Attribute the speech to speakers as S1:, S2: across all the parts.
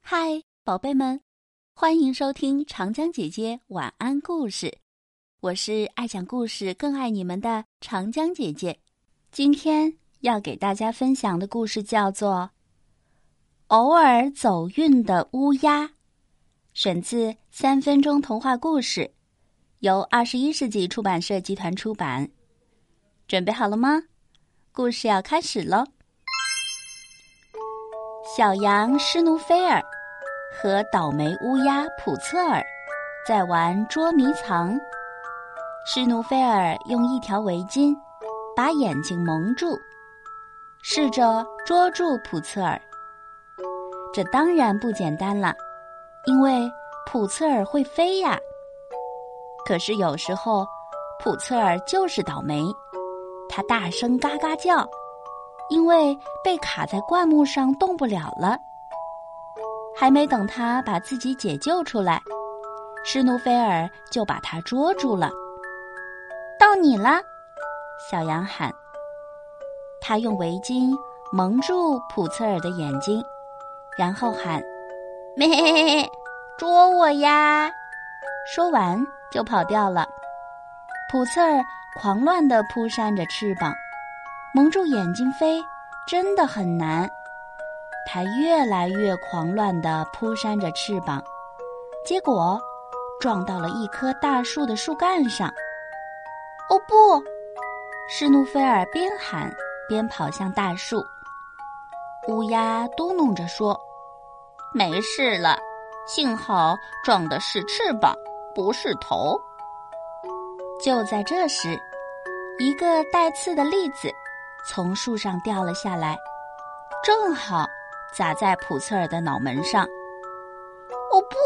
S1: 嗨，宝贝们，欢迎收听长江姐姐晚安故事。我是爱讲故事、更爱你们的长江姐姐。今天要给大家分享的故事叫做《偶尔走运的乌鸦》，选自3分钟童话故事，由21世纪出版社集团出版。准备好了吗？故事要开始喽！小羊施努菲尔和倒霉乌鸦普策尔在玩捉迷藏。施努菲尔用一条围巾把眼睛蒙住，试着捉住普策尔。这当然不简单了，因为普策尔会飞呀。可是有时候普策尔就是倒霉，他大声嘎嘎叫，因为被卡在灌木上动不了了。还没等他把自己解救出来，施努菲尔就把他捉住了。到你了，小羊喊。他用围巾蒙住普策尔的眼睛，然后喊：咩，捉我呀！说完就跑掉了。普策尔狂乱地扑扇着翅膀，蒙住眼睛飞真的很难。他越来越狂乱地扑扇着翅膀，结果撞到了一棵大树的树干上。哦不！施努菲尔边喊边跑向大树。乌鸦嘟哝着说：没事了，幸好撞的是翅膀，不是头。就在这时，一个带刺的栗子从树上掉了下来，正好砸在普策尔的脑门上。哦不！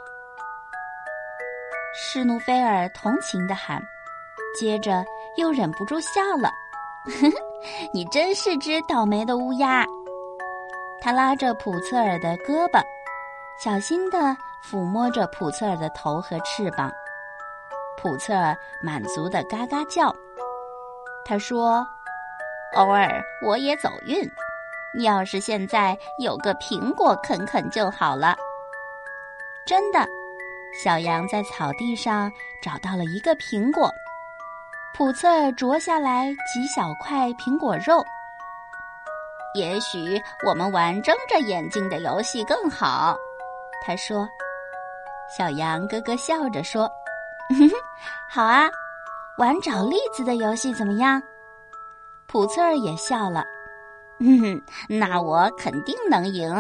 S1: 施努菲尔同情地喊，接着又忍不住笑了。你真是只倒霉的乌鸦。他拉着普策尔的胳膊，小心地抚摸着普策尔的头和翅膀。普策尔满足地嘎嘎叫。他说：偶尔我也走运，要是现在有个苹果啃啃就好了。真的，小羊在草地上找到了一个苹果，普策尔啄下来几小块苹果肉。也许我们玩睁着眼睛的游戏更好，他说。小羊咯咯笑着说：好啊，玩找栗子的游戏怎么样？普策尔也笑了。那我肯定能赢。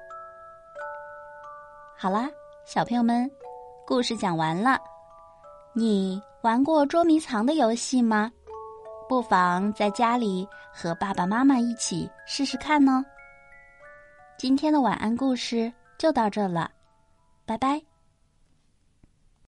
S1: 好啦，小朋友们，故事讲完了。你玩过捉迷藏的游戏吗？不妨在家里和爸爸妈妈一起试试看哦。今天的晚安故事就到这了，拜拜。